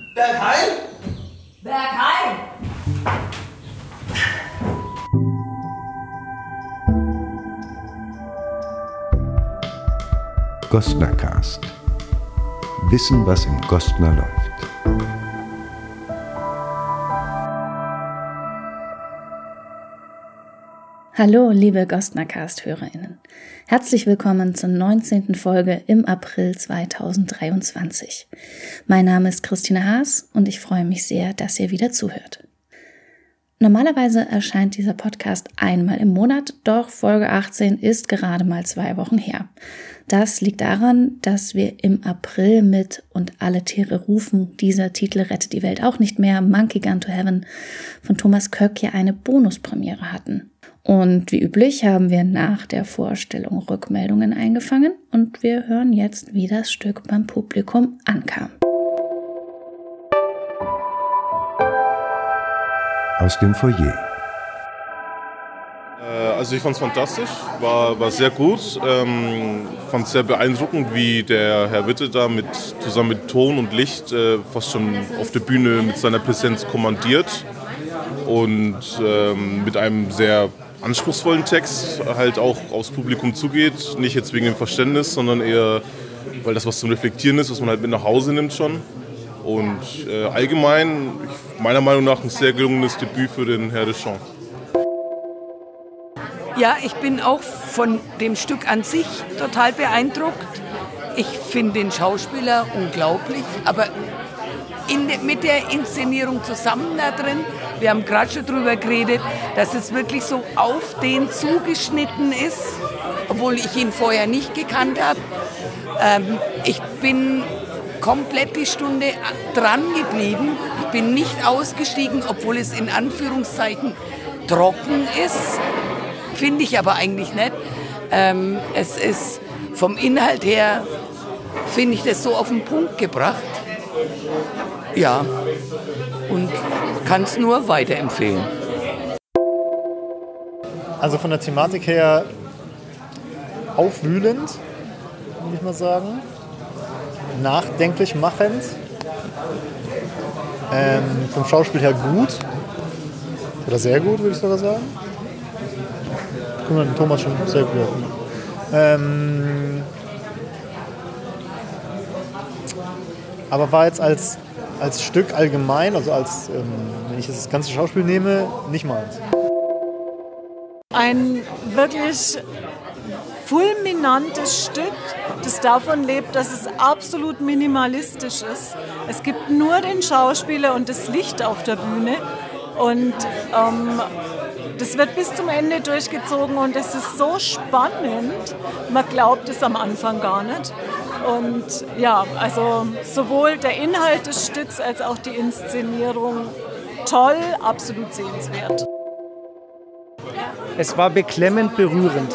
Bergheim? Bergheim! Gostner-Cast. Wissen, was im Gostner läuft. Hallo, liebe Gostner-Cast-HörerInnen. Herzlich willkommen zur 19. Folge im April 2023. Mein Name ist Christine Haas und ich freue mich sehr, dass ihr wieder zuhört. Normalerweise erscheint dieser Podcast einmal im Monat, doch Folge 18 ist gerade mal 2 Wochen her. Das liegt daran, dass wir im April mit Und alle Tiere rufen, dieser Titel rettet die Welt auch nicht mehr, Monkey Gun to Heaven von Thomas Köck ja eine Bonuspremiere hatten. Und wie üblich haben wir nach der Vorstellung Rückmeldungen eingefangen und wir hören jetzt, wie das Stück beim Publikum ankam. Aus dem Foyer. Also ich fand es fantastisch, war sehr gut. Fand es sehr beeindruckend, wie der Herr Witte da zusammen mit Ton und Licht fast schon auf der Bühne mit seiner Präsenz kommandiert und mit einem sehr anspruchsvollen Text halt auch aufs Publikum zugeht. Nicht jetzt wegen dem Verständnis, sondern eher, weil das was zum Reflektieren ist, was man halt mit nach Hause nimmt schon. Und allgemein, meiner Meinung nach, ein sehr gelungenes Debüt für den Herr Deschamps. Ja, ich bin auch von dem Stück an sich total beeindruckt. Ich finde den Schauspieler unglaublich, aber mit der Inszenierung zusammen da drin, wir haben gerade schon drüber geredet, dass es wirklich so auf den zugeschnitten ist, obwohl ich ihn vorher nicht gekannt habe. Ich bin komplett die Stunde dran geblieben. Ich bin nicht ausgestiegen, obwohl es in Anführungszeichen trocken ist. Finde ich aber eigentlich nicht. Es ist vom Inhalt her, finde ich das so auf den Punkt gebracht. Ja, und kann es nur weiterempfehlen. Also von der Thematik her aufwühlend, würde ich mal sagen. Nachdenklich machend. Vom Schauspiel her gut. Oder sehr gut, würde ich sogar sagen. Guck mal, den Thomas schon sehr gut. Aber war jetzt als Stück allgemein, also wenn ich das ganze Schauspiel nehme, nicht meins. Ein wirklich fulminantes Stück, das davon lebt, dass es absolut minimalistisch ist. Es gibt nur den Schauspieler und das Licht auf der Bühne und das wird bis zum Ende durchgezogen und es ist so spannend, man glaubt es am Anfang gar nicht. Und ja, also sowohl der Inhalt des Stücks als auch die Inszenierung toll, absolut sehenswert. Es war beklemmend berührend.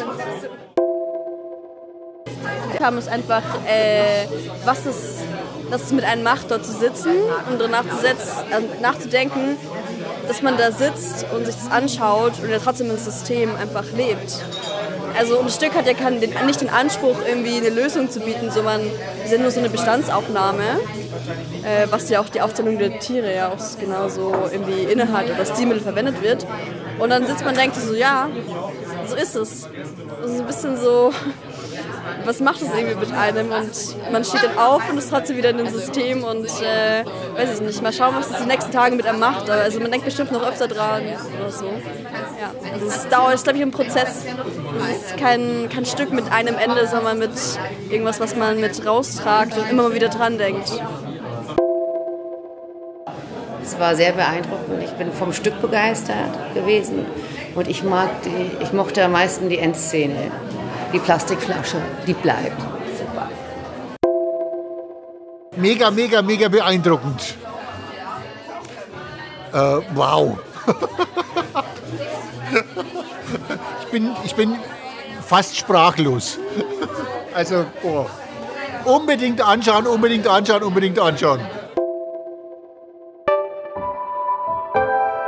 Wir haben es einfach, was es mit einem macht, dort zu sitzen und darüber nachzudenken, dass man da sitzt und sich das anschaut und ja trotzdem im System einfach lebt. Also ein Stück hat ja nicht den Anspruch, irgendwie eine Lösung zu bieten, sondern es ist ja nur so eine Bestandsaufnahme, was ja auch die Aufzählung der Tiere ja auch genauso irgendwie innehat oder Stilmittel verwendet wird. Und dann sitzt man und denkt so, ja, so ist es. Also ein bisschen so, was macht es irgendwie mit einem? Und man steht dann auf und ist trotzdem wieder in dem System und weiß ich nicht, mal schauen, was es die nächsten Tage mit einem macht. Aber also man denkt bestimmt noch öfter dran oder so. Ja, also es ist, glaube ich, ein Prozess. Es ist kein Stück mit einem Ende, sondern mit irgendwas, was man mit raustragt und immer mal wieder dran denkt. Es war sehr beeindruckend. Ich bin vom Stück begeistert gewesen und ich mochte am meisten die Endszene. Die Plastikflasche, die bleibt. Super. Mega, mega, mega beeindruckend. Wow. Ich bin fast sprachlos. Also, unbedingt anschauen, unbedingt anschauen, unbedingt anschauen.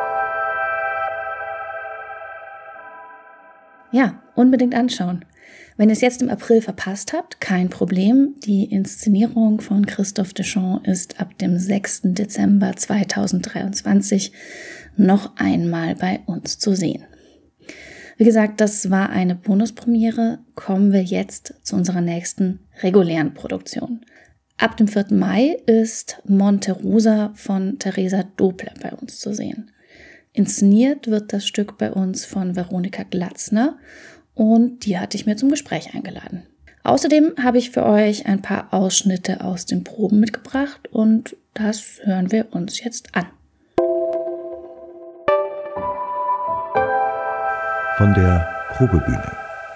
Ja, unbedingt anschauen. Wenn ihr es jetzt im April verpasst habt, kein Problem. Die Inszenierung von Christophe Deschamps ist ab dem 6. Dezember 2023 noch einmal bei uns zu sehen. Wie gesagt, das war eine Bonuspremiere. Kommen wir jetzt zu unserer nächsten regulären Produktion. Ab dem 4. Mai ist Monte Rosa von Teresa Dobler bei uns zu sehen. Inszeniert wird das Stück bei uns von Veronika Glatzner und die hatte ich mir zum Gespräch eingeladen. Außerdem habe ich für euch ein paar Ausschnitte aus den Proben mitgebracht und das hören wir uns jetzt an. Von der Probebühne.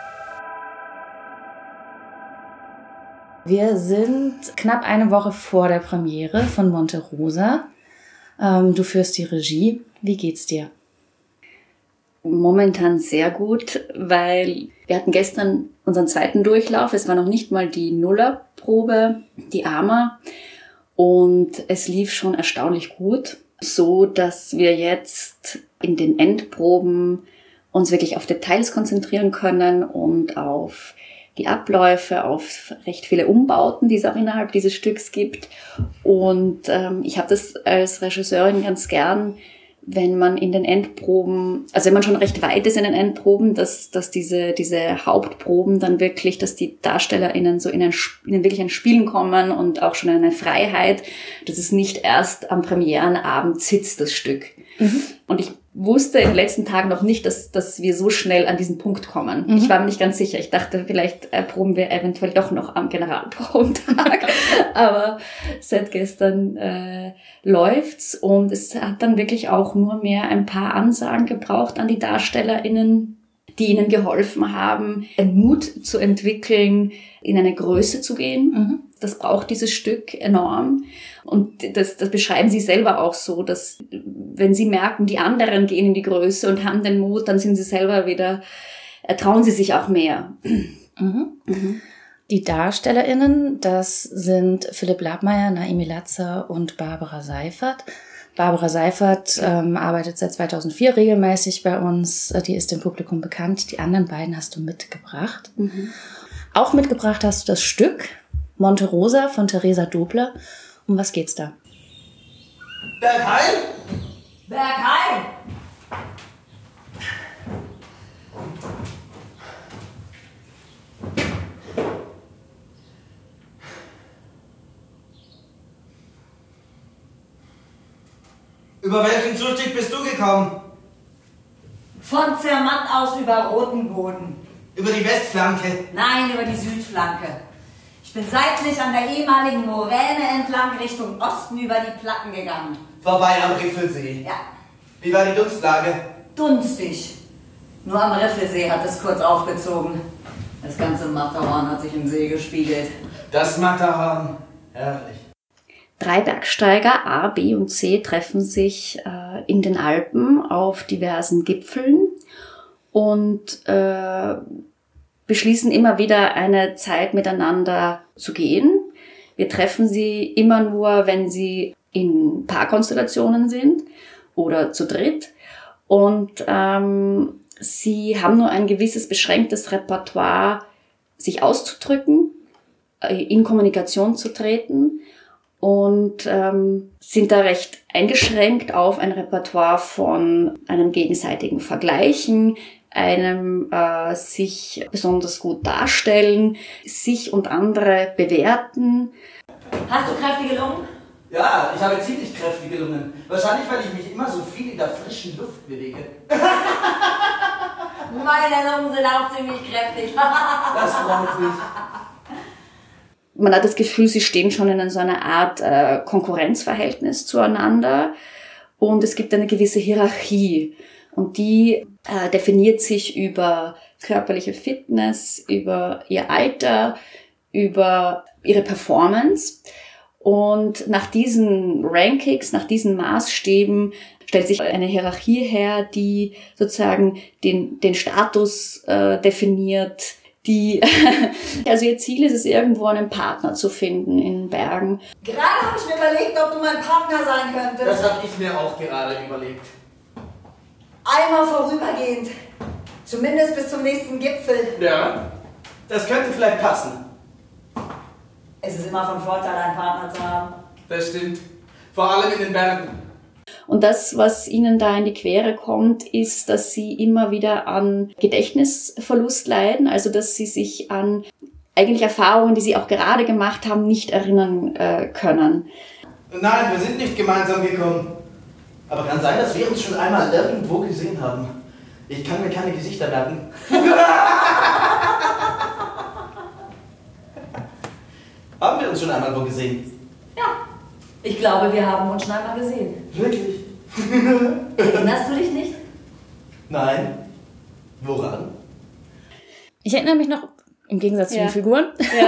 Wir sind knapp eine Woche vor der Premiere von Monte Rosa. Du führst die Regie. Wie geht's dir? Momentan sehr gut, weil wir hatten gestern unseren zweiten Durchlauf. Es war noch nicht mal die Nullerprobe, die AMA. Und es lief schon erstaunlich gut, so dass wir jetzt in den Endproben uns wirklich auf Details konzentrieren können und auf die Abläufe, auf recht viele Umbauten, die es auch innerhalb dieses Stücks gibt. Und ich habe das als Regisseurin ganz gern, wenn man in den Endproben, also wenn man schon recht weit ist in den Endproben, dass diese Hauptproben dann wirklich, dass die DarstellerInnen so in wirklich ein Spielen kommen und auch schon in eine Freiheit, dass es nicht erst am Premierenabend sitzt, das Stück. Mhm. Und ich wusste in den letzten Tagen noch nicht, dass wir so schnell an diesen Punkt kommen. Ich war mir nicht ganz sicher. Ich dachte, vielleicht proben wir eventuell doch noch am Generalprobentag. Aber seit gestern läuft's und es hat dann wirklich auch nur mehr ein paar Ansagen gebraucht an die DarstellerInnen, die ihnen geholfen haben, einen Mut zu entwickeln, in eine Größe zu gehen. Mhm. Das braucht dieses Stück enorm. Und das beschreiben sie selber auch so, dass wenn sie merken, die anderen gehen in die Größe und haben den Mut, dann sind sie selber wieder, trauen sie sich auch mehr. Mhm. Mhm. Die DarstellerInnen, das sind Philipp Labmeier, Naimi Latzer und Barbara Seifert. Barbara Seifert arbeitet seit 2004 regelmäßig bei uns. Die ist dem Publikum bekannt. Die anderen beiden hast du mitgebracht. Mhm. Auch mitgebracht hast du das Stück Monte Rosa von Teresa Dobler. Um was geht's da? Bergheim! Bergheim! Über welchen Zustieg bist du gekommen? Von Zermatt aus über Rotenboden. Über die Westflanke? Nein, über die Südflanke. Ich bin seitlich an der ehemaligen Moräne entlang Richtung Osten über die Platten gegangen. Vorbei am Riffelsee? Ja. Wie war die Dunstlage? Dunstig. Nur am Riffelsee hat es kurz aufgezogen. Das ganze Matterhorn hat sich im See gespiegelt. Das Matterhorn. Herrlich. 3 Bergsteiger A, B und C treffen sich in den Alpen auf diversen Gipfeln und beschließen immer wieder eine Zeit miteinander zu gehen. Wir treffen sie immer nur, wenn sie in Paarkonstellationen sind oder zu dritt. Und sie haben nur ein gewisses beschränktes Repertoire, sich auszudrücken, in Kommunikation zu treten und sind da recht eingeschränkt auf ein Repertoire von einem gegenseitigen Vergleichen, einem sich besonders gut darstellen, sich und andere bewerten. Hast du kräftige Lungen? Ja, ich habe ziemlich kräftige Lungen. Wahrscheinlich, weil ich mich immer so viel in der frischen Luft bewege. Meine Lungen sind auch ziemlich kräftig. Das freut mich. Man hat das Gefühl, sie stehen schon in so einer Art Konkurrenzverhältnis zueinander und es gibt eine gewisse Hierarchie und die definiert sich über körperliche Fitness, über ihr Alter, über ihre Performance. Und nach diesen Rankings, nach diesen Maßstäben stellt sich eine Hierarchie her, die sozusagen den Status definiert, also ihr Ziel ist es, irgendwo einen Partner zu finden in Bergen. Gerade habe ich mir überlegt, ob du mein Partner sein könntest. Das habe ich mir auch gerade überlegt. Einmal vorübergehend. Zumindest bis zum nächsten Gipfel. Ja, Das könnte vielleicht passen. Es ist immer von Vorteil, einen Partner zu haben. Das stimmt. Vor allem in den Bergen. Und das, was ihnen da in die Quere kommt, ist, dass sie immer wieder an Gedächtnisverlust leiden, also dass sie sich an eigentlich Erfahrungen, die sie auch gerade gemacht haben, nicht erinnern können. Nein, wir sind nicht gemeinsam gekommen. Aber kann sein, dass wir uns schon einmal irgendwo gesehen haben. Ich kann mir keine Gesichter merken. Haben wir uns schon einmal wo gesehen? Ja, ich glaube, wir haben uns schon einmal gesehen. Wirklich? Erinnerst du dich nicht? Nein. Woran? Ich erinnere mich noch, im Gegensatz zu Ja. den Figuren.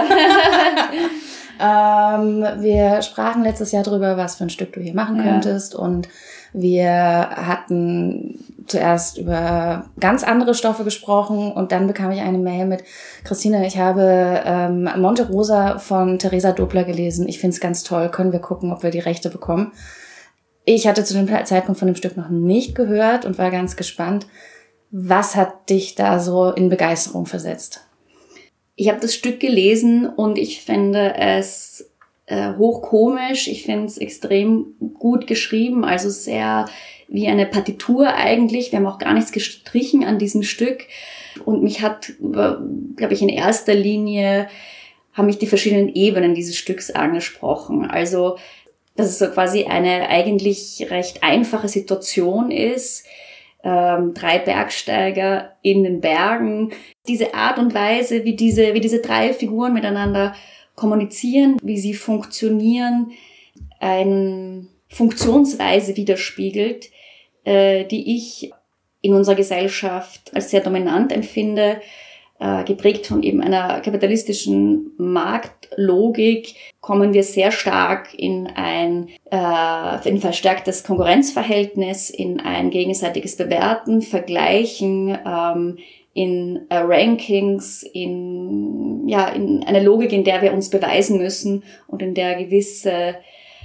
Wir sprachen letztes Jahr darüber, was für ein Stück du hier machen könntest. Und wir hatten zuerst über ganz andere Stoffe gesprochen und dann bekam ich eine Mail mit: Christine, ich habe Monte Rosa von Theresa Dobler gelesen. Ich finde es ganz toll. Können wir gucken, ob wir die Rechte bekommen? Ich hatte zu dem Zeitpunkt von dem Stück noch nicht gehört und war ganz gespannt. Was hat dich da so in Begeisterung versetzt? Ich habe das Stück gelesen und ich finde es hochkomisch. Ich finde es extrem gut geschrieben, also sehr wie eine Partitur eigentlich. Wir haben auch gar nichts gestrichen an diesem Stück. Und mich hat, glaube ich, in erster Linie haben mich die verschiedenen Ebenen dieses Stücks angesprochen. Also, dass es so quasi eine eigentlich recht einfache Situation ist. 3 Bergsteiger in den Bergen. Diese Art und Weise, wie diese 3 Figuren miteinander kommunizieren, wie sie funktionieren, eine Funktionsweise widerspiegelt, die ich in unserer Gesellschaft als sehr dominant empfinde, geprägt von eben einer kapitalistischen Marktlogik, kommen wir sehr stark in ein verstärktes Konkurrenzverhältnis, in ein gegenseitiges Bewerten, Vergleichen, in Rankings, in eine Logik, in der wir uns beweisen müssen und in der gewisse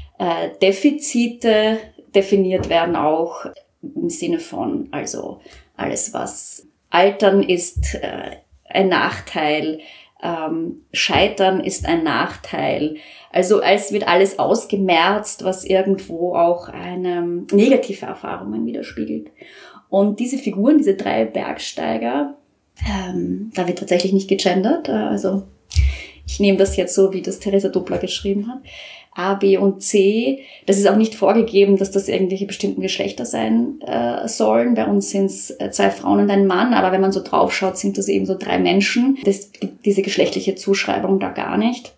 Defizite definiert werden, auch im Sinne von, also alles, was Altern ist ein Nachteil, Scheitern ist ein Nachteil. Also es wird alles ausgemerzt, was irgendwo auch eine negative Erfahrungen widerspiegelt. Und diese Figuren, diese 3 Bergsteiger, da wird tatsächlich nicht gegendert. Also ich nehme das jetzt so, wie das Theresa Dobler geschrieben hat. A, B und C. Das ist auch nicht vorgegeben, dass das irgendwelche bestimmten Geschlechter sein sollen. Bei uns sind es 2 Frauen und ein Mann, aber wenn man so drauf schaut, sind das eben so 3 Menschen. Das gibt diese geschlechtliche Zuschreibung da gar nicht.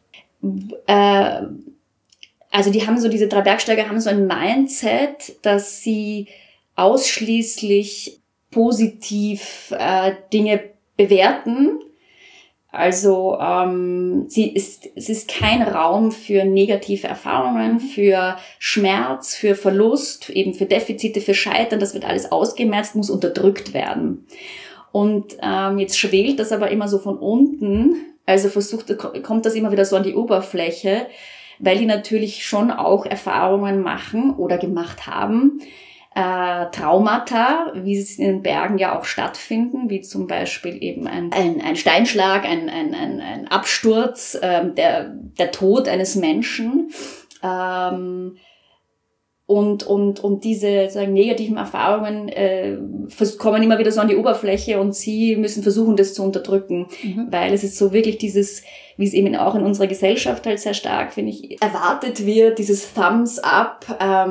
Also diese 3 Bergsteiger haben so ein Mindset, dass sie ausschließlich positiv Dinge bewerten. Also es ist kein Raum für negative Erfahrungen, für Schmerz, für Verlust, eben für Defizite, für Scheitern. Das wird alles ausgemerzt, muss unterdrückt werden. Und jetzt schwelt das aber immer so von unten, also kommt das immer wieder so an die Oberfläche, weil die natürlich schon auch Erfahrungen machen oder gemacht haben, Traumata, wie sie in den Bergen ja auch stattfinden, wie zum Beispiel eben ein Steinschlag, ein Absturz, der Tod eines Menschen. Und diese sagen, negativen Erfahrungen kommen immer wieder so an die Oberfläche und sie müssen versuchen, das zu unterdrücken, weil es ist so wirklich dieses, wie es eben auch in unserer Gesellschaft halt sehr stark, finde ich, erwartet wird, dieses Thumbs up.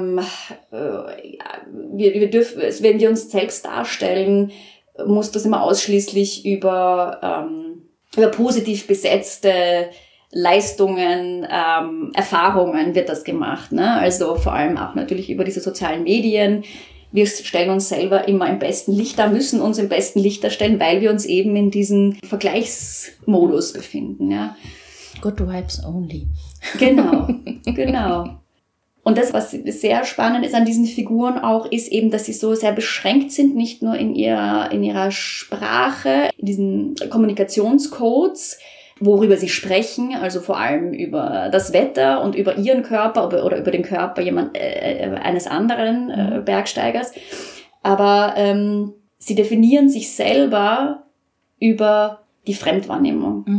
Wenn wir uns selbst darstellen, muss das immer ausschließlich über positiv besetzte Leistungen, Erfahrungen wird das gemacht, ne? Also vor allem auch natürlich über diese sozialen Medien. Wir stellen uns selber immer im besten Licht dar, müssen uns im besten Licht darstellen, weil wir uns eben in diesem Vergleichsmodus befinden, ja. Good vibes only. Genau. Und das, was sehr spannend ist an diesen Figuren auch, ist eben, dass sie so sehr beschränkt sind, nicht nur in ihrer Sprache, in diesen Kommunikationscodes, worüber sie sprechen, also vor allem über das Wetter und über ihren Körper oder über den Körper eines anderen Bergsteigers. Aber sie definieren sich selber über die Fremdwahrnehmung.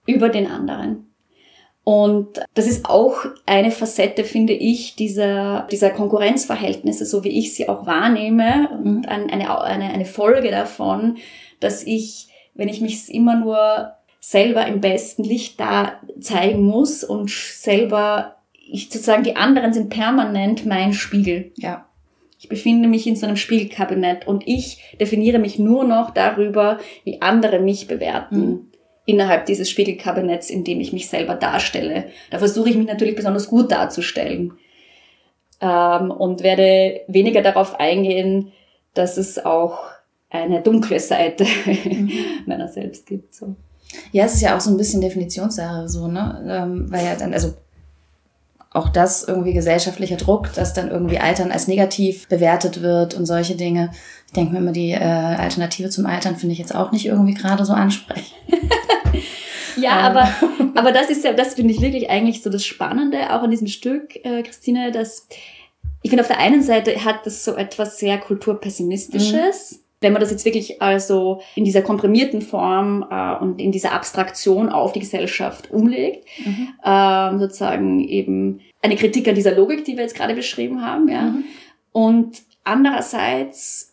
über den anderen. Und das ist auch eine Facette, finde ich, dieser Konkurrenzverhältnisse, so wie ich sie auch wahrnehme. Und eine Folge davon, dass ich, wenn ich mich immer nur selber im besten Licht da zeigen muss und selber, sozusagen die anderen sind permanent mein Spiegel. Ja. Ich befinde mich in so einem Spiegelkabinett und ich definiere mich nur noch darüber, wie andere mich bewerten. Innerhalb dieses Spiegelkabinetts, in dem ich mich selber darstelle. Da versuche ich mich natürlich besonders gut darzustellen und werde weniger darauf eingehen, dass es auch eine dunkle Seite meiner selbst gibt. So. Ja, es ist ja auch so ein bisschen Definitionssache, so, ne? Weil ja dann, also auch das irgendwie gesellschaftlicher Druck, dass dann irgendwie Altern als negativ bewertet wird und solche Dinge. Ich denke mir immer, die Alternative zum Altern finde ich jetzt auch nicht irgendwie gerade so ansprechend. Ja, aber das ist ja, das finde ich wirklich eigentlich so das Spannende, auch an diesem Stück, Christine, dass ich finde, auf der einen Seite hat das so etwas sehr Kulturpessimistisches, wenn man das jetzt wirklich also in dieser komprimierten Form und in dieser Abstraktion auf die Gesellschaft umlegt, sozusagen eben eine Kritik an dieser Logik, die wir jetzt gerade beschrieben haben, ja. Und andererseits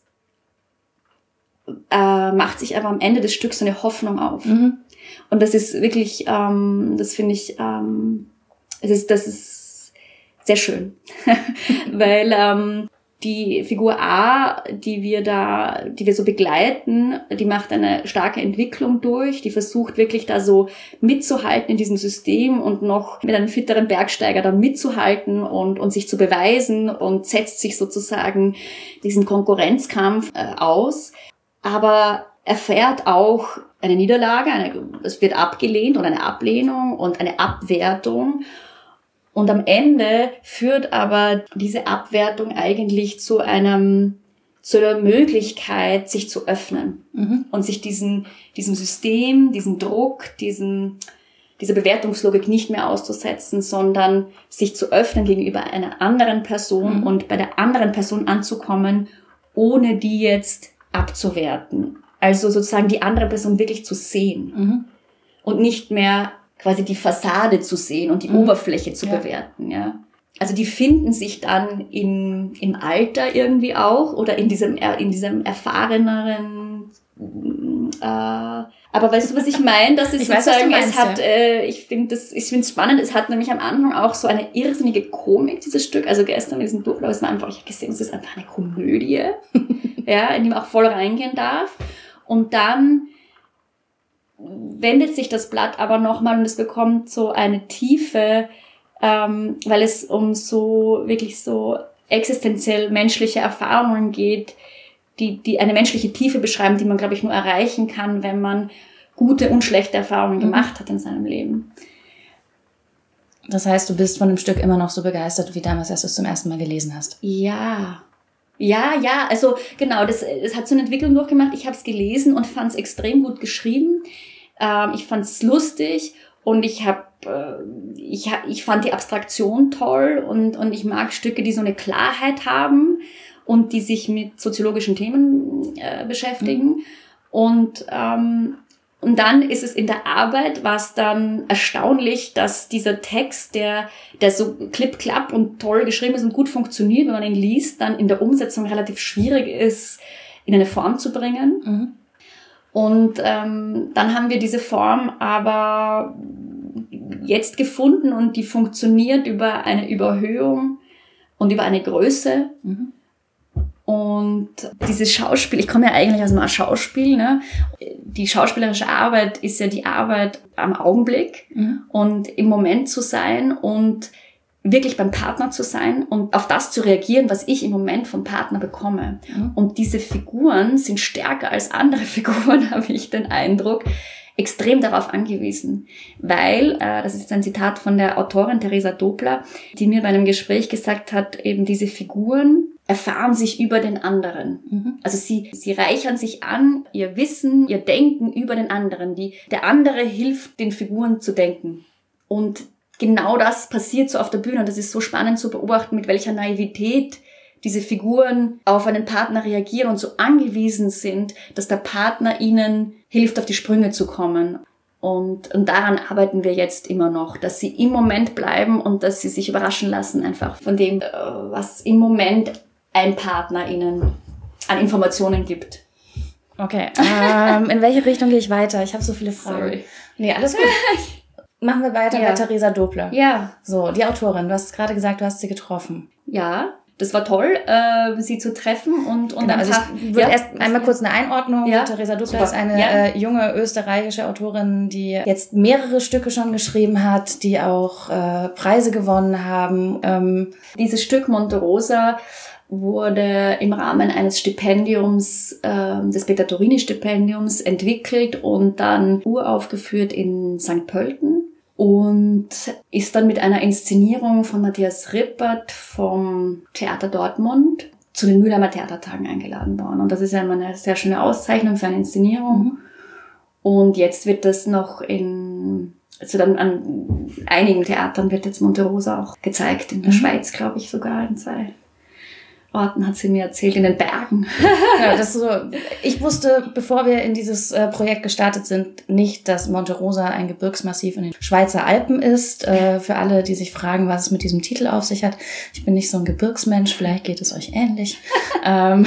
macht sich aber am Ende des Stücks so eine Hoffnung auf. Und das ist wirklich, das finde ich, das ist sehr schön, weil die Figur A, die wir so begleiten, die macht eine starke Entwicklung durch, die versucht wirklich da so mitzuhalten in diesem System und noch mit einem fitteren Bergsteiger da mitzuhalten und sich zu beweisen und setzt sich sozusagen diesen Konkurrenzkampf aus, aber erfährt auch eine Niederlage, es wird abgelehnt oder eine Ablehnung und eine Abwertung. Und am Ende führt aber diese Abwertung eigentlich zu der Möglichkeit, sich zu öffnen und sich diesem System, diesem Druck, dieser Bewertungslogik nicht mehr auszusetzen, sondern sich zu öffnen gegenüber einer anderen Person und bei der anderen Person anzukommen, ohne die jetzt abzuwerten. Also sozusagen die andere Person wirklich zu sehen und nicht mehr quasi die Fassade zu sehen und die Oberfläche zu bewerten, ja. Also die finden sich dann im Alter irgendwie auch oder in diesem erfahreneren, aber weißt du, was ich meine? Das ist ich sozusagen, weiß, was du meinst, ich finde es spannend, es hat nämlich am Anfang auch so eine irrsinnige Komik, dieses Stück, also gestern mit diesem Durchlauf, es war einfach, ich habe gesehen, es ist einfach eine Komödie, ja, in die man auch voll reingehen darf. Und dann wendet sich das Blatt aber nochmal und es bekommt so eine Tiefe, weil es um so wirklich so existenziell menschliche Erfahrungen geht, die eine menschliche Tiefe beschreiben, die man, glaube ich, nur erreichen kann, wenn man gute und schlechte Erfahrungen gemacht hat in seinem Leben. Das heißt, du bist von dem Stück immer noch so begeistert, wie damals, als du es zum ersten Mal gelesen hast? Ja, also genau, das hat so eine Entwicklung durchgemacht. Ich habe es gelesen und fand es extrem gut geschrieben. Ich fand es lustig und ich fand die Abstraktion toll und ich mag Stücke, die so eine Klarheit haben und die sich mit soziologischen Themen beschäftigen. Und dann ist es in der Arbeit, war es dann erstaunlich, dass dieser Text, der so klipp-klapp und toll geschrieben ist und gut funktioniert, wenn man ihn liest, dann in der Umsetzung relativ schwierig ist, in eine Form zu bringen. Und dann haben wir diese Form aber jetzt gefunden und die funktioniert über eine Überhöhung und über eine Größe. Und dieses Schauspiel, ich komme ja eigentlich aus einem Schauspiel, ne? Die schauspielerische Arbeit ist ja die Arbeit am Augenblick und im Moment zu sein und wirklich beim Partner zu sein und auf das zu reagieren, was ich im Moment vom Partner bekomme. Und diese Figuren sind stärker als andere Figuren, habe ich den Eindruck, extrem darauf angewiesen. Weil, das ist ein Zitat von der Autorin Theresa Dobler, die mir bei einem Gespräch gesagt hat, eben diese Figuren erfahren sich über den anderen. Also sie reichern sich an, ihr Wissen, ihr Denken über den anderen. Der andere hilft den Figuren zu denken. Und genau das passiert so auf der Bühne und das ist so spannend zu beobachten, mit welcher Naivität diese Figuren auf einen Partner reagieren und so angewiesen sind, dass der Partner ihnen hilft, auf die Sprünge zu kommen. Und daran arbeiten wir jetzt immer noch, dass sie im Moment bleiben und dass sie sich überraschen lassen einfach von dem, was im Moment ein Partner ihnen an Informationen gibt. Okay, in welche Richtung gehe ich weiter? Ich habe so viele Fragen. Sorry. Nee, alles gut. Machen wir weiter bei Theresa Dobler. Ja. So, die Autorin, du hast gerade gesagt, du hast sie getroffen. Ja, das war toll, sie zu treffen und genau, also ich würde erst einmal kurz eine Einordnung. Ja. Theresa Dobler ist eine junge österreichische Autorin, die jetzt mehrere Stücke schon geschrieben hat, die auch Preise gewonnen haben. Dieses Stück Monte Rosa wurde im Rahmen eines Stipendiums, des Peter-Torini-Stipendiums entwickelt und dann uraufgeführt in St. Pölten und ist dann mit einer Inszenierung von Matthias Rippert vom Theater Dortmund zu den Mülheimer Theatertagen eingeladen worden. Und das ist ja immer eine sehr schöne Auszeichnung für eine Inszenierung. Mhm. Und jetzt wird das noch also dann an einigen Theatern wird jetzt Monte Rosa auch gezeigt, in der Schweiz, glaube ich, sogar in 2 Orten, hat sie mir erzählt, in den Bergen. Ja, das ist so. Ich wusste, bevor wir in dieses Projekt gestartet sind, nicht, dass Monte Rosa ein Gebirgsmassiv in den Schweizer Alpen ist. Für alle, die sich fragen, was es mit diesem Titel auf sich hat. Ich bin nicht so ein Gebirgsmensch, vielleicht geht es euch ähnlich. Ja.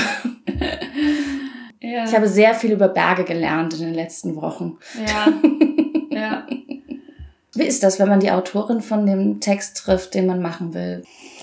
Ich habe sehr viel über Berge gelernt in den letzten Wochen. Ja. Ja. Wie ist das, wenn man die Autorin von dem Text trifft, den man machen will?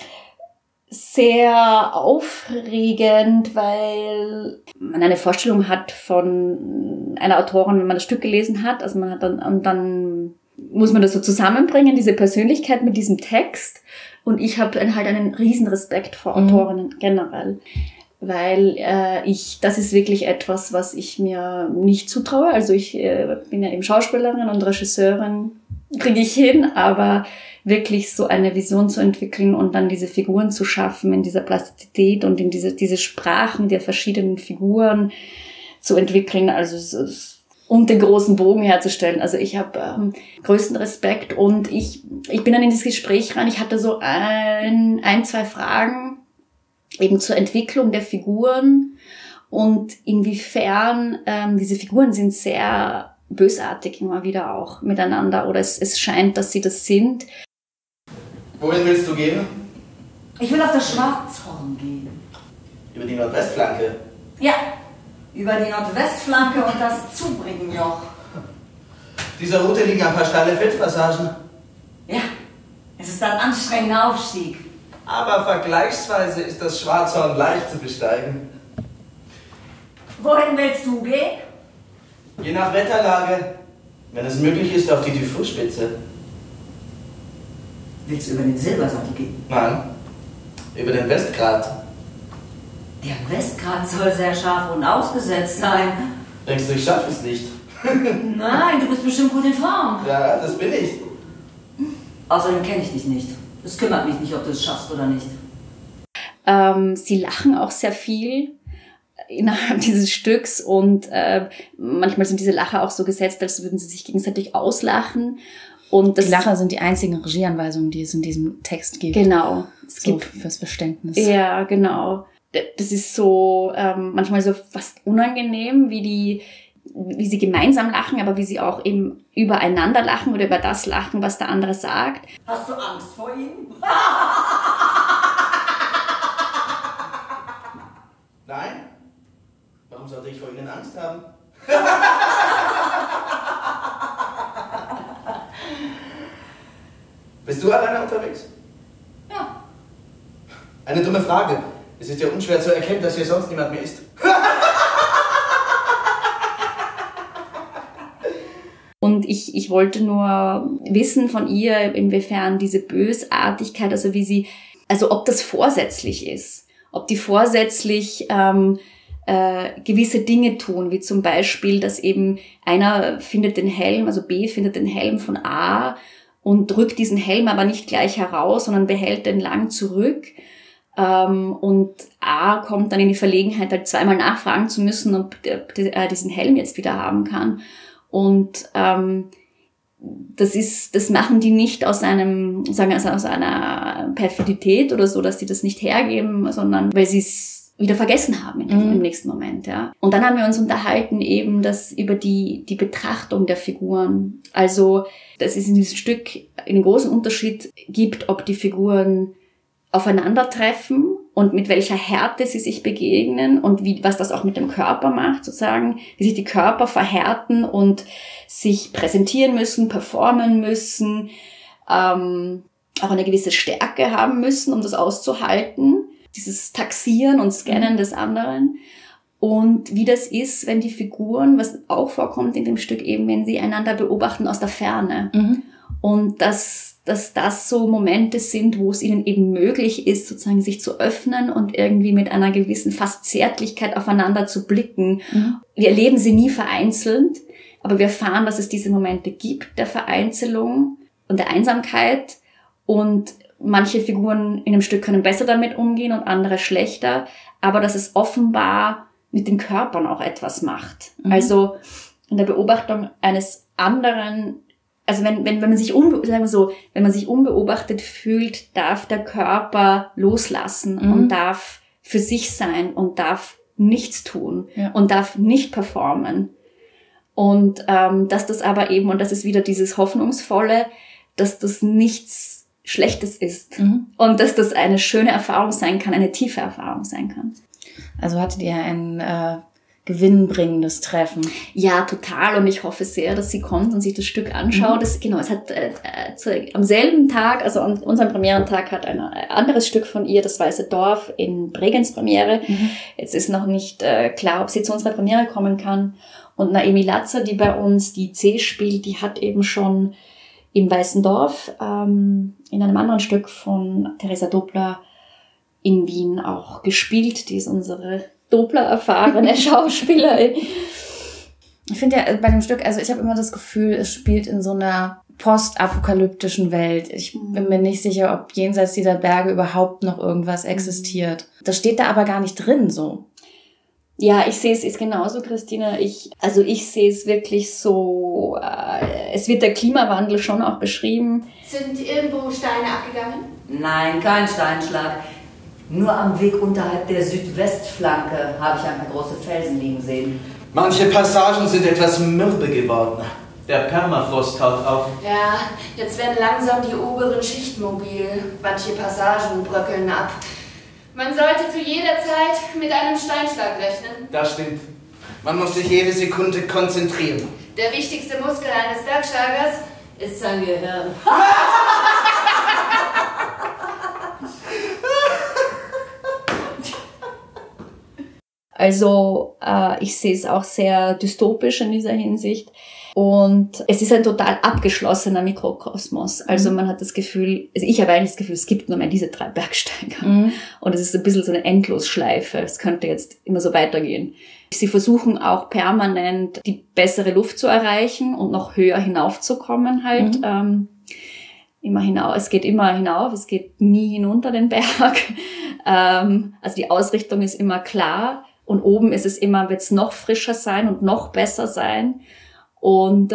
Sehr aufregend, weil man eine Vorstellung hat von einer Autorin, wenn man das Stück gelesen hat. Also man hat dann muss man das so zusammenbringen, diese Persönlichkeit mit diesem Text. Und ich habe halt einen riesen Respekt vor Autorinnen generell, weil das ist wirklich etwas, was ich mir nicht zutraue. Also ich bin ja eben Schauspielerin und Regisseurin, kriege ich hin, aber wirklich so eine Vision zu entwickeln und dann diese Figuren zu schaffen in dieser Plastizität und in diese Sprachen der verschiedenen Figuren zu entwickeln, also und den großen Bogen herzustellen. Also ich habe größten Respekt und ich bin dann in das Gespräch rein. Ich hatte so 2 Fragen eben zur Entwicklung der Figuren und inwiefern diese Figuren sind sehr bösartig immer wieder auch miteinander oder es scheint, dass sie das sind. Wohin willst du gehen? Ich will auf das Schwarzhorn gehen. Über die Nordwestflanke? Ja, über die Nordwestflanke und das Zubringenjoch. Dieser Route liegen ein paar steile Feldpassagen. Ja, es ist ein anstrengender Aufstieg. Aber vergleichsweise ist das Schwarzhorn leicht zu besteigen. Wohin willst du gehen? Je nach Wetterlage. Wenn es möglich ist, auf die Diffusspitze. Willst du über den Silbersattel gehen? Nein, über den Westgrat. Der Westgrat soll sehr scharf und ausgesetzt sein. Denkst du, ich schaffe es nicht? Nein, du bist bestimmt gut in Form. Ja, das bin ich. Außerdem kenne ich dich nicht. Es kümmert mich nicht, ob du es schaffst oder nicht. Sie lachen auch sehr viel innerhalb dieses Stücks und manchmal sind diese Lacher auch so gesetzt, als würden sie sich gegenseitig auslachen. Und die Lacher sind die einzigen Regieanweisungen, die es in diesem Text gibt. Genau. Es gibt fürs Verständnis. Ja, genau. Das ist so manchmal so fast unangenehm, wie sie gemeinsam lachen, aber wie sie auch eben übereinander lachen oder über das lachen, was der andere sagt. Hast du Angst vor ihm? Nein? Warum sollte ich vor ihnen Angst haben? Bist du alleine unterwegs? Ja. Eine dumme Frage. Es ist ja unschwer zu erkennen, dass hier sonst niemand mehr ist. Und ich wollte nur wissen von ihr, inwiefern diese Bösartigkeit, also ob das vorsätzlich ist. Ob die vorsätzlich gewisse Dinge tun, wie zum Beispiel, dass eben einer findet den Helm, also B findet den Helm von A und drückt diesen Helm aber nicht gleich heraus, sondern behält den lang zurück. Und A kommt dann in die Verlegenheit, halt 2-mal nachfragen zu müssen, ob er diesen Helm jetzt wieder haben kann. Und das machen die nicht aus aus einer Perfidität oder so, dass die das nicht hergeben, sondern weil sie es wieder vergessen haben im nächsten Moment, ja. Und dann haben wir uns unterhalten eben über die Betrachtung der Figuren. Also, dass es in diesem Stück einen großen Unterschied gibt, ob die Figuren aufeinandertreffen und mit welcher Härte sie sich begegnen und was das auch mit dem Körper macht, sozusagen, wie sich die Körper verhärten und sich präsentieren müssen, performen müssen, auch eine gewisse Stärke haben müssen, um das auszuhalten. Dieses Taxieren und Scannen des anderen. Und wie das ist, wenn die Figuren, was auch vorkommt in dem Stück eben, wenn sie einander beobachten aus der Ferne. Und dass das so Momente sind, wo es ihnen eben möglich ist, sozusagen sich zu öffnen und irgendwie mit einer gewissen fast Zärtlichkeit aufeinander zu blicken. Wir erleben sie nie vereinzelt, aber wir erfahren, dass es diese Momente gibt, der Vereinzelung und der Einsamkeit. Und manche Figuren in einem Stück können besser damit umgehen und andere schlechter, aber dass es offenbar mit den Körpern auch etwas macht. Also in der Beobachtung eines anderen, also wenn man sich wenn man sich unbeobachtet fühlt, darf der Körper loslassen und darf für sich sein und darf nichts tun und darf nicht performen. Und dass das aber eben, und das ist wieder dieses Hoffnungsvolle, dass das nichts Schlechtes ist und dass das eine schöne Erfahrung sein kann, eine tiefe Erfahrung sein kann. Also hattet ihr ein gewinnbringendes Treffen? Ja, total, und ich hoffe sehr, dass sie kommt und sich das Stück anschaut. Es hat am selben Tag, also an unserem Premierentag, hat ein anderes Stück von ihr, Das Weiße Dorf, in Bregenz Premiere. Jetzt ist noch nicht klar, ob sie zu unserer Premiere kommen kann. Und Naemi Latzer, die bei uns die C spielt, die hat eben schon im Weißen Dorf, in einem anderen Stück von Theresa Dobler in Wien auch gespielt. Die ist unsere Dobler-erfahrene Schauspielerin. Ich finde ja bei dem Stück, also ich habe immer das Gefühl, es spielt in so einer postapokalyptischen Welt. Ich bin mir nicht sicher, ob jenseits dieser Berge überhaupt noch irgendwas existiert. Das steht da aber gar nicht drin so. Ja, ich sehe es genauso, Christina. Ich sehe es wirklich so, es wird der Klimawandel schon auch beschrieben. Sind irgendwo Steine abgegangen? Nein, kein Steinschlag. Nur am Weg unterhalb der Südwestflanke habe ich ein paar große Felsen liegen sehen. Manche Passagen sind etwas mürbe geworden. Der Permafrost taut auf. Ja, jetzt werden langsam die oberen Schichten mobil. Manche Passagen bröckeln ab. Man sollte zu jeder Zeit mit einem Steinschlag rechnen. Das stimmt. Man muss sich jede Sekunde konzentrieren. Der wichtigste Muskel eines Bergsteigers ist sein Gehirn. Also ich sehe es auch sehr dystopisch in dieser Hinsicht. Und es ist ein total abgeschlossener Mikrokosmos. Also man hat das Gefühl, also ich habe eigentlich das Gefühl, es gibt nur mehr diese 3 Bergsteiger. Und es ist ein bisschen so eine Endlosschleife. Es könnte jetzt immer so weitergehen. Sie versuchen auch permanent die bessere Luft zu erreichen und noch höher hinaufzukommen halt. Immer hinauf. Es geht immer hinauf, es geht nie hinunter den Berg. Also die Ausrichtung ist immer klar. Und oben ist es immer, wird es noch frischer sein und noch besser sein. Und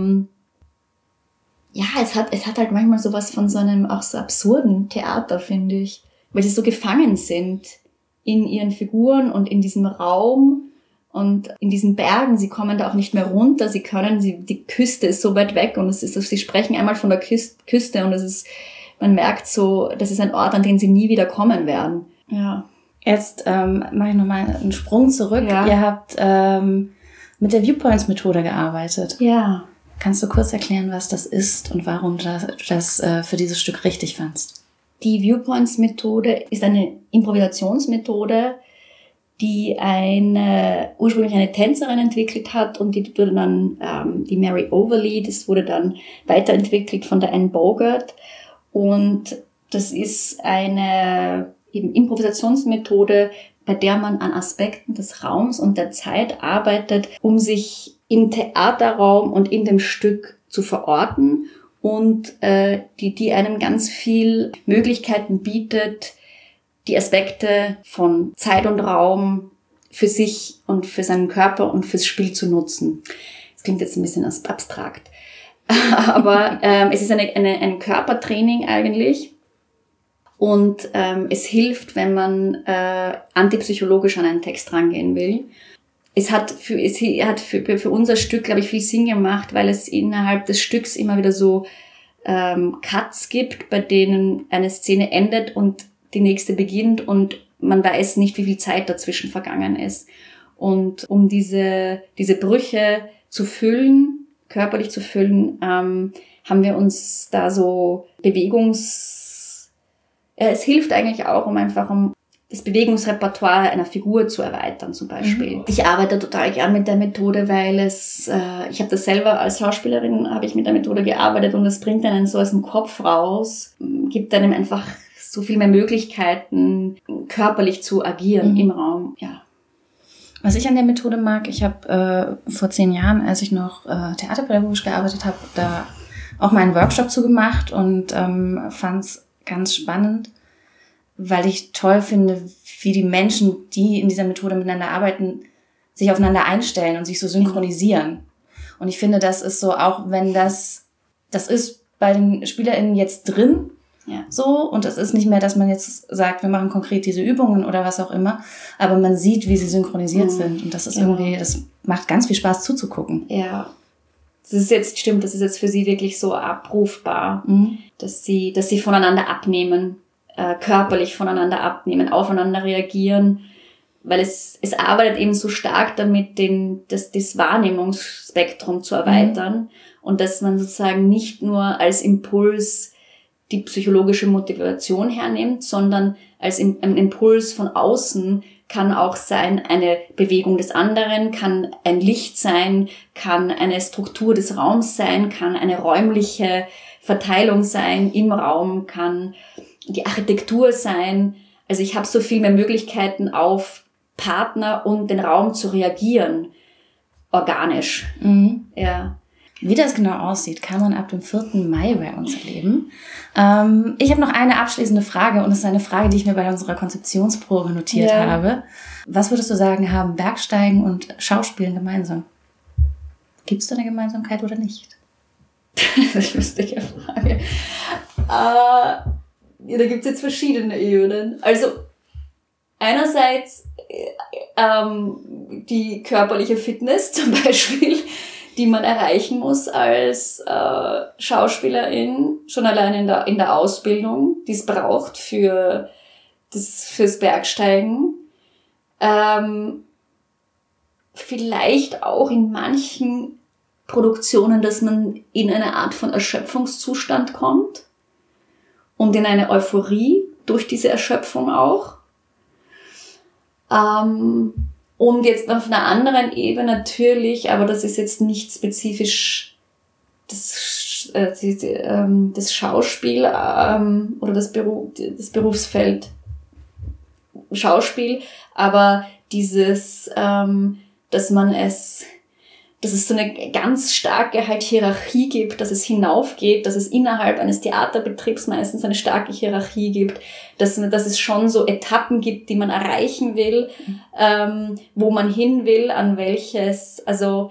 es hat halt manchmal sowas von so einem auch so absurden Theater, finde ich. Weil sie so gefangen sind in ihren Figuren und in diesem Raum und in diesen Bergen. Sie kommen da auch nicht mehr runter. Die Küste ist so weit weg und sie sprechen einmal von der Küste und man merkt so, das ist ein Ort, an den sie nie wieder kommen werden. Ja. Jetzt mache ich nochmal einen Sprung zurück. Ja. Ihr habt mit der Viewpoints-Methode gearbeitet. Ja. Kannst du kurz erklären, was das ist und warum du das für dieses Stück richtig fandst? Die Viewpoints-Methode ist eine Improvisationsmethode, die ursprünglich eine Tänzerin entwickelt hat und die wurde dann die Mary Overly, das wurde dann weiterentwickelt von der Anne Bogart. Und das ist eine eben Improvisationsmethode, bei der man an Aspekten des Raums und der Zeit arbeitet, um sich im Theaterraum und in dem Stück zu verorten und die einem ganz viel Möglichkeiten bietet, die Aspekte von Zeit und Raum für sich und für seinen Körper und fürs Spiel zu nutzen. Das klingt jetzt ein bisschen abstrakt, aber es ist ein Körpertraining eigentlich. Und es hilft, wenn man antipsychologisch an einen Text rangehen will. Es hat für unser Stück, glaube ich, viel Sinn gemacht, weil es innerhalb des Stücks immer wieder so Cuts gibt, bei denen eine Szene endet und die nächste beginnt und man weiß nicht, wie viel Zeit dazwischen vergangen ist. Und um diese Brüche zu füllen, körperlich zu füllen, haben wir uns da so es hilft eigentlich auch, um das Bewegungsrepertoire einer Figur zu erweitern, zum Beispiel. Mhm. Ich arbeite total gern mit der Methode, weil ich habe das selber als Schauspielerin, habe ich mit der Methode gearbeitet und es bringt einen so aus dem Kopf raus, gibt einem einfach so viel mehr Möglichkeiten, körperlich zu agieren im Raum, ja. Was ich an der Methode mag, ich habe vor 10 Jahren, als ich noch theaterpädagogisch gearbeitet habe, da auch mal einen Workshop zu gemacht und fand es ganz spannend, weil ich toll finde, wie die Menschen, die in dieser Methode miteinander arbeiten, sich aufeinander einstellen und sich so synchronisieren. Und ich finde, das ist so, auch wenn das ist bei den SpielerInnen jetzt drin, so, und es ist nicht mehr, dass man jetzt sagt, wir machen konkret diese Übungen oder was auch immer, aber man sieht, wie sie synchronisiert sind. Und das ist irgendwie, das macht ganz viel Spaß zuzugucken. Ja. Das ist jetzt für sie wirklich so abrufbar, dass sie voneinander abnehmen, körperlich voneinander abnehmen, aufeinander reagieren, weil es arbeitet eben so stark damit, das Wahrnehmungsspektrum zu erweitern und dass man sozusagen nicht nur als Impuls die psychologische Motivation hernimmt, sondern als ein Impuls von außen kann auch sein eine Bewegung des anderen, kann ein Licht sein, kann eine Struktur des Raums sein, kann eine räumliche Verteilung sein im Raum, kann die Architektur sein. Also ich habe so viel mehr Möglichkeiten auf Partner und den Raum zu reagieren, organisch. Ja. Wie das genau aussieht, kann man ab dem 4. Mai bei uns erleben. Ich habe noch eine abschließende Frage und es ist eine Frage, die ich mir bei unserer Konzeptionsprobe notiert habe. Was würdest du sagen, haben Bergsteigen und Schauspielen gemeinsam? Gibt es da eine Gemeinsamkeit oder nicht? Das ist eine lustige Frage. Da gibt es jetzt verschiedene Ebenen. Also einerseits die körperliche Fitness zum Beispiel, die man erreichen muss als Schauspielerin, schon allein in der Ausbildung, die es braucht fürs Bergsteigen. Vielleicht auch in manchen Produktionen, dass man in eine Art von Erschöpfungszustand kommt und in eine Euphorie durch diese Erschöpfung auch. Und jetzt auf einer anderen Ebene natürlich, aber das ist jetzt nicht spezifisch das Schauspiel oder das Berufsfeld Schauspiel, aber dieses, dass es so eine ganz starke halt Hierarchie gibt, dass es hinaufgeht, dass es innerhalb eines Theaterbetriebs meistens eine starke Hierarchie gibt, dass es schon so Etappen gibt, die man erreichen will, wo man hin will, an welches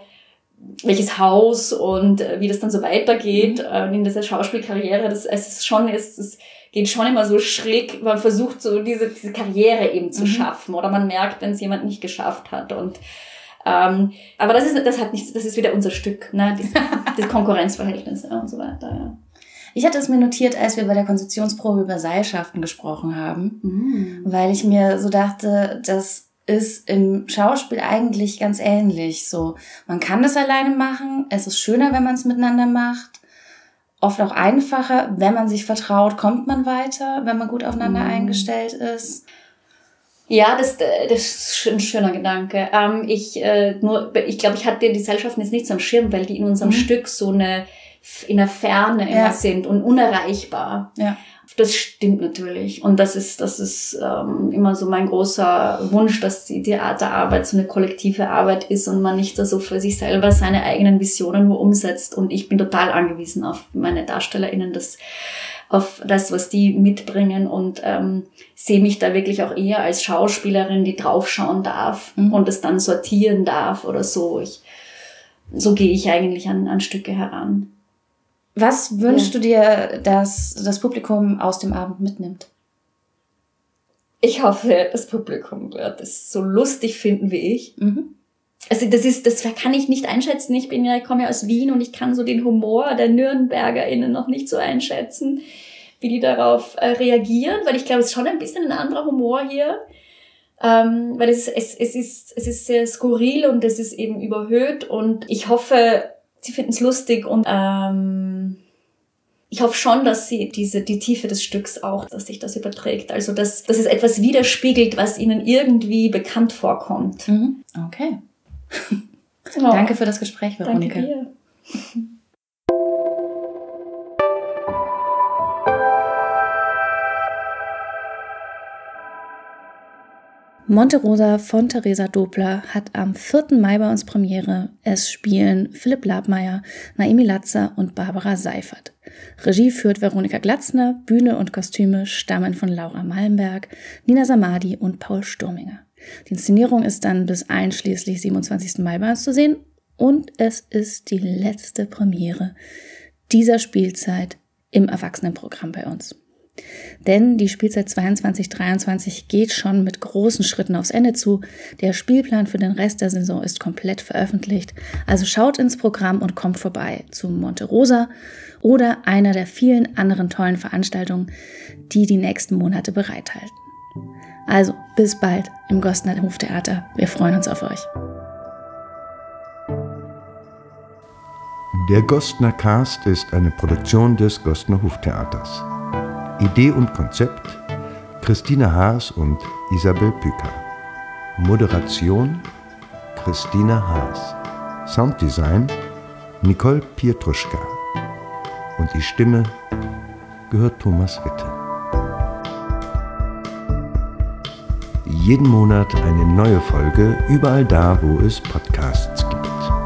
Haus und wie das dann so weitergeht in dieser Schauspielkarriere. Es geht schon immer so schräg, man versucht so diese Karriere eben zu schaffen oder man merkt, wenn es jemand nicht geschafft hat und aber das ist wieder unser Stück, ne? Das Konkurrenzverhältnis und so weiter. Ja. Ich hatte es mir notiert, als wir bei der Konzeptionsprobe über Seilschaften gesprochen haben, weil ich mir so dachte, das ist im Schauspiel eigentlich ganz ähnlich. So, man kann das alleine machen, es ist schöner, wenn man es miteinander macht, oft auch einfacher, wenn man sich vertraut, kommt man weiter, wenn man gut aufeinander eingestellt ist. Ja, das ist ein schöner Gedanke. Ich glaube, ich hatte die Seilschaften jetzt nicht so am Schirm, weil die in unserem Stück so in der Ferne immer sind und unerreichbar. Ja. Das stimmt natürlich. Und das ist immer so mein großer Wunsch, dass die Theaterarbeit so eine kollektive Arbeit ist und man nicht so für sich selber seine eigenen Visionen nur umsetzt. Und ich bin total angewiesen auf meine DarstellerInnen, auf das, was die mitbringen und sehe mich da wirklich auch eher als Schauspielerin, die draufschauen darf und es dann sortieren darf oder so. So gehe ich eigentlich an Stücke heran. Was wünschst du dir, dass das Publikum aus dem Abend mitnimmt? Ich hoffe, das Publikum wird es so lustig finden wie ich. Also das kann ich nicht einschätzen. Ich komme ja aus Wien und ich kann so den Humor der NürnbergerInnen noch nicht so einschätzen, wie die darauf reagieren, weil ich glaube, es ist schon ein bisschen ein anderer Humor hier. Weil es ist sehr skurril und es ist eben überhöht und ich hoffe, sie finden es lustig und ich hoffe schon, dass sie die Tiefe des Stücks auch, dass sich das überträgt. Also, dass es etwas widerspiegelt, was ihnen irgendwie bekannt vorkommt. Okay. Danke für das Gespräch, Veronika. Danke dir. Monte Rosa von Theresa Dobler hat am 4. Mai bei uns Premiere. Es spielen Philipp Labmeier, Naimi Latzer und Barbara Seifert. Regie führt Veronika Glatzner, Bühne und Kostüme stammen von Laura Malmberg, Nina Samadi und Paul Sturminger. Die Inszenierung ist dann bis einschließlich 27. Mai bei uns zu sehen und es ist die letzte Premiere dieser Spielzeit im Erwachsenenprogramm bei uns. Denn die Spielzeit 22/23 geht schon mit großen Schritten aufs Ende zu. Der Spielplan für den Rest der Saison ist komplett veröffentlicht. Also schaut ins Programm und kommt vorbei zu Monte Rosa oder einer der vielen anderen tollen Veranstaltungen, die die nächsten Monate bereithalten. Also bis bald im Gostner Hoftheater. Wir freuen uns auf euch. Der Gostner Cast ist eine Produktion des Gostner Hoftheaters. Idee und Konzept Christine Haas und Isabel Püker. Moderation Christine Haas. Sounddesign Nicole Pietruschka. Und die Stimme gehört Thomas Witte. Jeden Monat eine neue Folge, überall da, wo es Podcasts gibt.